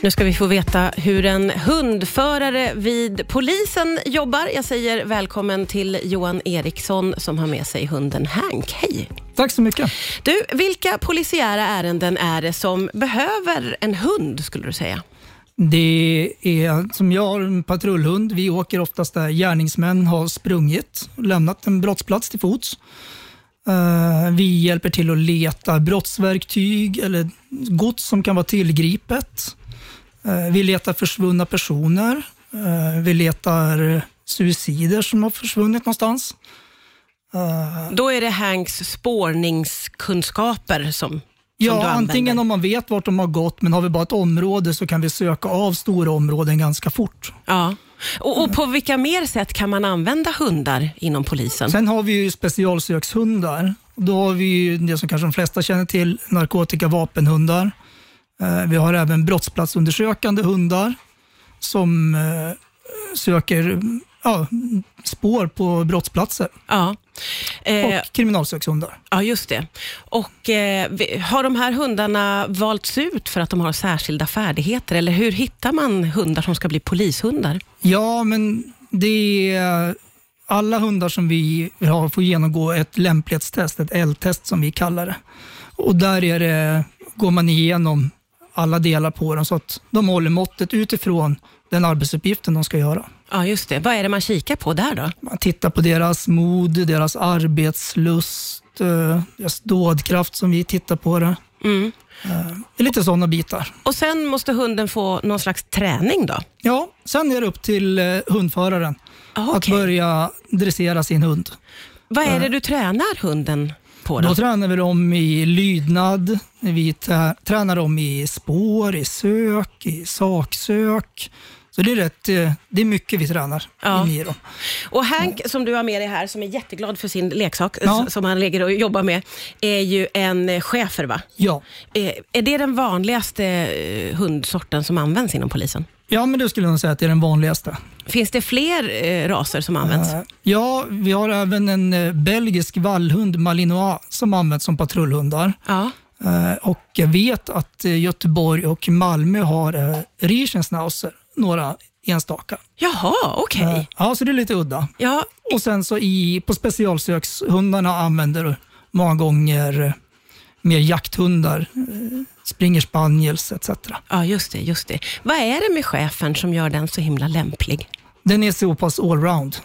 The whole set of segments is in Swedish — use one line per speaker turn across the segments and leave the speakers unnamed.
Nu ska vi få veta hur en hundförare vid polisen jobbar. Jag säger välkommen till Johan Eriksson som har med sig hunden Hank. Hej!
Tack så mycket.
Du, vilka polisiära ärenden är det som behöver en hund, skulle du säga?
Det är som jag har en patrullhund. Vi åker oftast där gärningsmän har sprungit och lämnat en brottsplats till fots. Vi hjälper till att leta brottsverktyg eller gods som kan vara tillgripet. Vi letar försvunna personer. Vi letar suicider som har försvunnit någonstans.
Då är det Hanks spårningskunskaper som du använder.
Antingen om man vet vart de har gått, men har vi bara ett område så kan vi söka av stora områden ganska fort.
Ja. Och på vilka mer sätt kan man använda hundar inom polisen?
Sen har vi ju specialsökshundar. Då har vi ju det som kanske de flesta känner till, narkotikavapenhundar. Vi har även brottsplatsundersökande hundar som söker spår på brottsplatser.
Ja.
Och kriminalsökshundar.
Ja, just det. Och har de här hundarna valts ut för att de har särskilda färdigheter? Eller hur hittar man hundar som ska bli polishundar? Ja, men det är alla hundar som vi har får genomgå ett lämplighetstest, ett L-test som vi kallar det. Och där går man igenom alla delar på dem så att de håller måttet utifrån den arbetsuppgiften de ska göra. Ja, just det. Vad är det man kikar på där då? Man tittar på deras mod, deras arbetslust, deras dådkraft som vi tittar på det. Mm. Det är lite sådana bitar. Och sen måste hunden få någon slags träning då? Ja, sen är det upp till hundföraren att börja dressera sin hund. Vad är det du tränar hunden på då? Då tränar vi dem i lydnad, vi tränar dem i spår, i sök, i saksök. Så det är mycket vi tränar in i dem. Och Hank som du har med dig här, som är jätteglad för sin leksak som han lägger och jobbar med, är ju en schäfer, va? Ja. Är det den vanligaste hundsorten som används inom polisen? Ja, men det skulle jag säga att det är den vanligaste. Finns det fler raser som används? Ja, vi har även en belgisk vallhund, Malinois, som används som patrullhundar. Ja. Och jag vet att Göteborg och Malmö har Riesenschnauzer, några enstaka. Jaha, okej. Okay. Ja, så det är lite udda. Ja. Och sen så på specialsökshundarna använder många gånger mer jakthundar, springer spaniels etc. Ja, just det. Vad är det med chefen som gör den så himla lämplig? Den är så pass allround.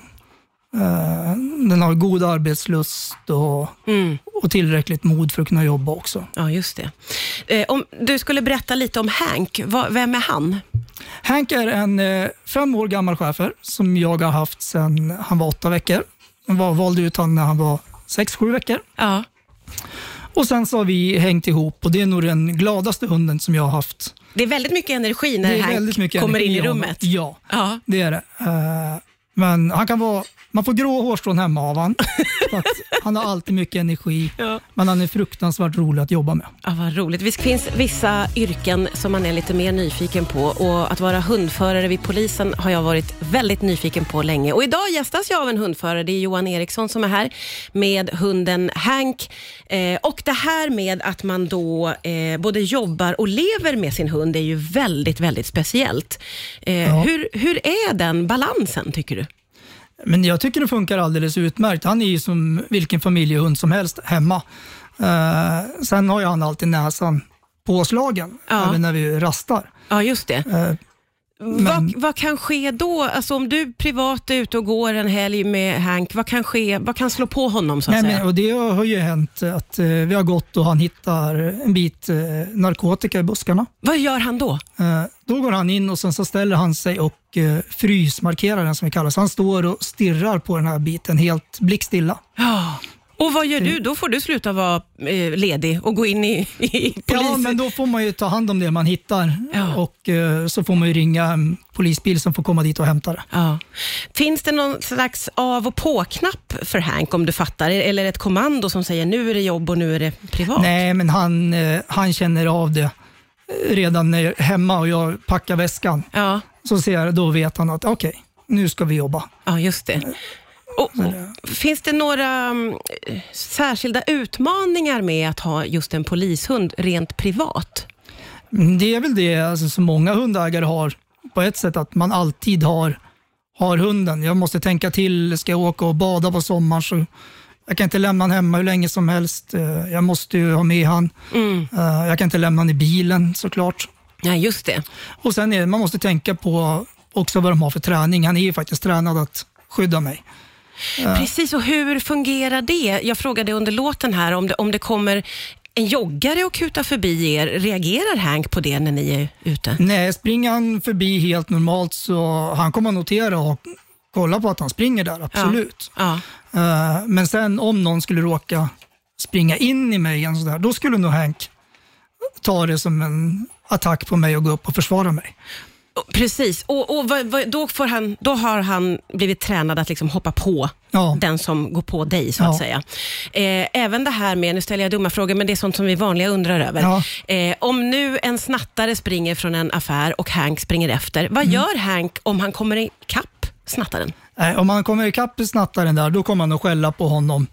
Den har god arbetslust och tillräckligt mod för att kunna jobba också. Ja, just det. Om du skulle berätta lite om Hank, vem är han? Hank är en 5 år gammal schäfer som jag har haft sedan han var 8 veckor. Jag valde ut honom när han var 6-7 veckor. Ja. Och sen så har vi hängt ihop och det är nog den gladaste hunden som jag har haft. Det är väldigt mycket energi när Hank kommer in i rummet. Ja, det är det. Men man får grå hårstrån hemma av han. Han har alltid mycket energi. Ja. Men han är fruktansvärt rolig att jobba med. Ja, vad roligt. Det finns vissa yrken som man är lite mer nyfiken på. Och att vara hundförare vid polisen har jag varit väldigt nyfiken på länge. Och idag gästas jag av en hundförare. Det är Johan Eriksson som är här med hunden Hank. Och det här med att man då både jobbar och lever med sin hund är ju väldigt, väldigt speciellt. Hur är den balansen, tycker du? Men jag tycker det funkar alldeles utmärkt. Han är ju som vilken familjehund som helst hemma. Sen har ju han alltid näsan påslagen även när vi rastar. Ja, just det. Vad kan ske då? Alltså om du privat är ute och går en helg med Hank, vad kan ske? Vad kan slå på honom så att säga? Och det har ju hänt att vi har gått och han hittar en bit narkotika i buskarna. Vad gör han då? Då går han in och sen så ställer han sig och frysmarkerar den som vi kallar. Så han står och stirrar på den här biten helt blickstilla. Ja. Och vad gör du? Då får du sluta vara ledig och gå in i polisen. Ja, men då får man ju ta hand om det man hittar. Ja. Och så får man ju ringa en polisbil som får komma dit och hämta det. Ja. Finns det någon slags av- och på-knapp för Hank om du fattar? Eller ett kommando som säger nu är det jobb och nu är det privat? Nej, men han känner av det redan när jag är hemma och jag packar väskan. Ja. Så ser jag, då vet han att okej, nu ska vi jobba. Ja, just det. Och finns det några särskilda utmaningar med att ha just en polishund rent privat?
Det är väl det alltså, som många hundägare har på ett sätt, att man alltid har hunden. Jag måste tänka till, ska jag åka och bada på sommaren så jag kan inte lämna han hemma hur länge som helst. Jag måste ju ha med han. Jag kan inte lämna han i bilen såklart.
Ja, just det.
Och sen man måste tänka på också vad de har för träning. Han är ju faktiskt tränad att skydda mig.
Precis, och hur fungerar det? Jag frågade under låten här om det kommer en joggare och kutar förbi er. Reagerar Hank på det när ni är ute?
Nej, springer han förbi helt normalt så han kommer att notera och kolla på att han springer där, absolut.
Ja.
Men sen om någon skulle råka springa in i mig och sådär, då skulle nog Hank ta det som en attack på mig och gå upp och försvara mig.
Precis, och då har han blivit tränad att liksom hoppa på den som går på dig så att säga. Även det här med, nu ställer jag dumma frågor, men det är sånt som vi vanliga undrar över. Om nu en snattare springer från en affär och Hank springer efter, vad gör Hank om han kommer ikapp snattaren?
Om han kommer ikapp snattaren där, då kommer han att skälla på honom.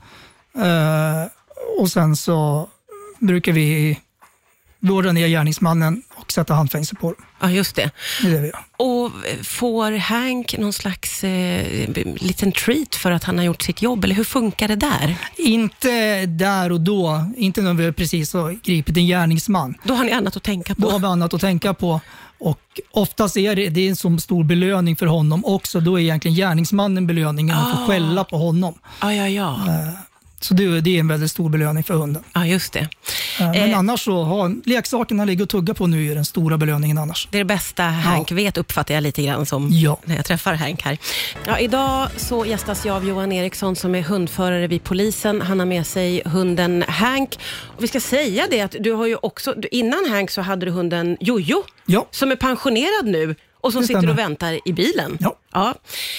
Och sen så brukar vi vårda ner gärningsmannen och sätta handfängsel på dem.
Ja, just det.
Det är det vi gör.
Och får Hank någon slags liten treat för att han har gjort sitt jobb? Eller hur funkar det där?
Inte där och då. Inte när vi precis har gripit en gärningsman.
Då har ni annat att tänka på.
Då har vi annat att tänka på. Och oftast är det är en så stor belöning för honom också. Då är egentligen gärningsmannen belöningen att få skälla på honom.
Ja.
Så det är en väldigt stor belöning för hunden.
Ja, just det.
Men annars så har leksaken han ligger och tuggar på nu är den stora belöningen annars.
Det är det bästa Hank vet, uppfattar jag lite grann som när jag träffar Hank här. Ja, idag så gästas jag av Johan Eriksson som är hundförare vid polisen. Han har med sig hunden Hank. Och vi ska säga det att du har ju också, innan Hank så hade du hunden Jojo som är pensionerad nu. Och som sitter och väntar i bilen. Ja.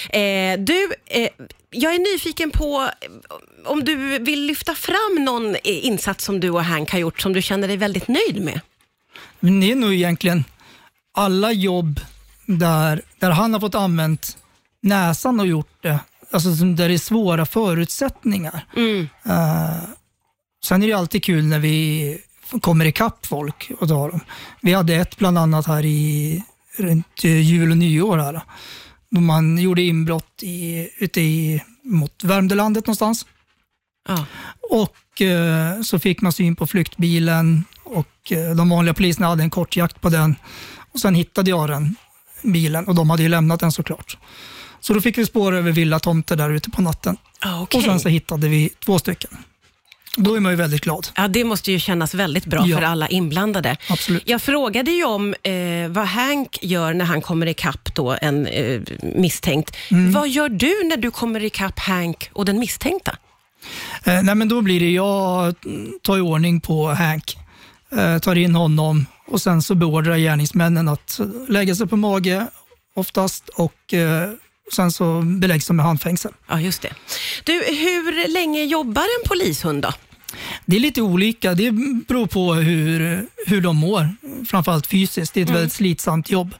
Jag är nyfiken på om du vill lyfta fram någon insats som du och Hank har gjort som du känner dig väldigt nöjd med.
Men det är nog egentligen alla jobb där han har fått använt näsan och gjort det. Alltså där det är svåra förutsättningar. Sen är det alltid kul när vi kommer ikapp folk och tar dem. Vi hade ett bland annat här runt jul och nyår här. Då man gjorde inbrott mot Värmdölandet någonstans. Och så fick man syn på flyktbilen och de vanliga poliserna hade en kort jakt på den. Och sen hittade jag den bilen och de hade ju lämnat den såklart. Så då fick vi spåra över villatomter där ute på natten. Och sen så hittade vi 2 stycken. Då är man ju väldigt glad.
Ja, det måste ju kännas väldigt bra för alla inblandade.
Absolut.
Jag frågade ju om vad Hank gör när han kommer ikapp då en misstänkt. Vad gör du när du kommer ikapp Hank och den misstänkta?
Nej, men då blir det jag tar i ordning på Hank. Tar in honom och sen så beordrar gärningsmännen att lägga sig på mage oftast och sen så beläggs de med handfängsel.
Ja, just det. Du, hur länge jobbar en polishund då?
Det är lite olika. Det beror på hur de mår. Framförallt fysiskt. Det är ett väldigt slitsamt jobb.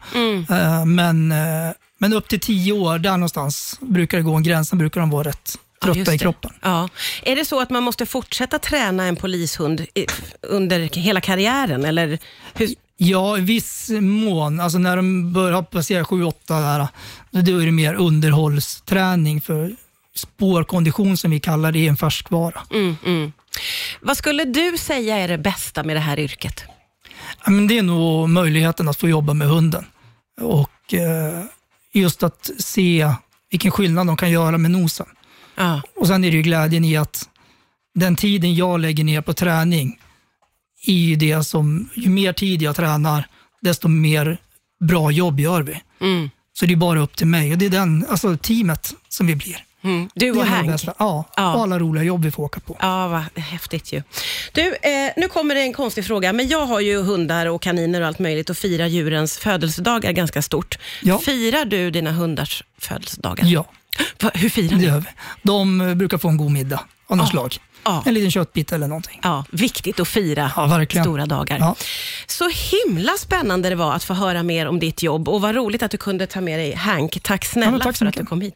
Men upp till 10 år, där någonstans brukar det gå en gräns. Sen brukar de vara rätt trötta i kroppen.
Ja. Är det så att man måste fortsätta träna en polishund under hela karriären? Eller hur?
Ja, i viss mån. Alltså när de börjar passera 7-8 där, då är det mer underhållsträning för spårkondition som vi kallar det i en färskvara.
Vad skulle du säga är det bästa med det här yrket?
Ja, men det är nog möjligheten att få jobba med hunden. Och just att se vilken skillnad de kan göra med nosen. Och sen är det ju glädjen i att den tiden jag lägger ner på träning är ju det som, ju mer tid jag tränar, desto mer bra jobb gör vi. Så det är bara upp till mig och det är teamet som vi blir.
Du och Hank.
Och alla roliga jobb vi får åka på.
Ja, vad häftigt ju. Du, nu kommer det en konstig fråga, men jag har ju hundar och kaniner och allt möjligt och firar djurens födelsedagar ganska stort. Firar du dina hundars födelsedagar?
Ja.
Hur firar ni?
Det gör vi. De brukar få en god middag av något slag. En liten köttbit eller någonting.
Ja, viktigt att fira stora dagar.
Ja.
Så himla spännande det var att få höra mer om ditt jobb och vad roligt att du kunde ta med dig Hank. Tack snälla för att du kom hit.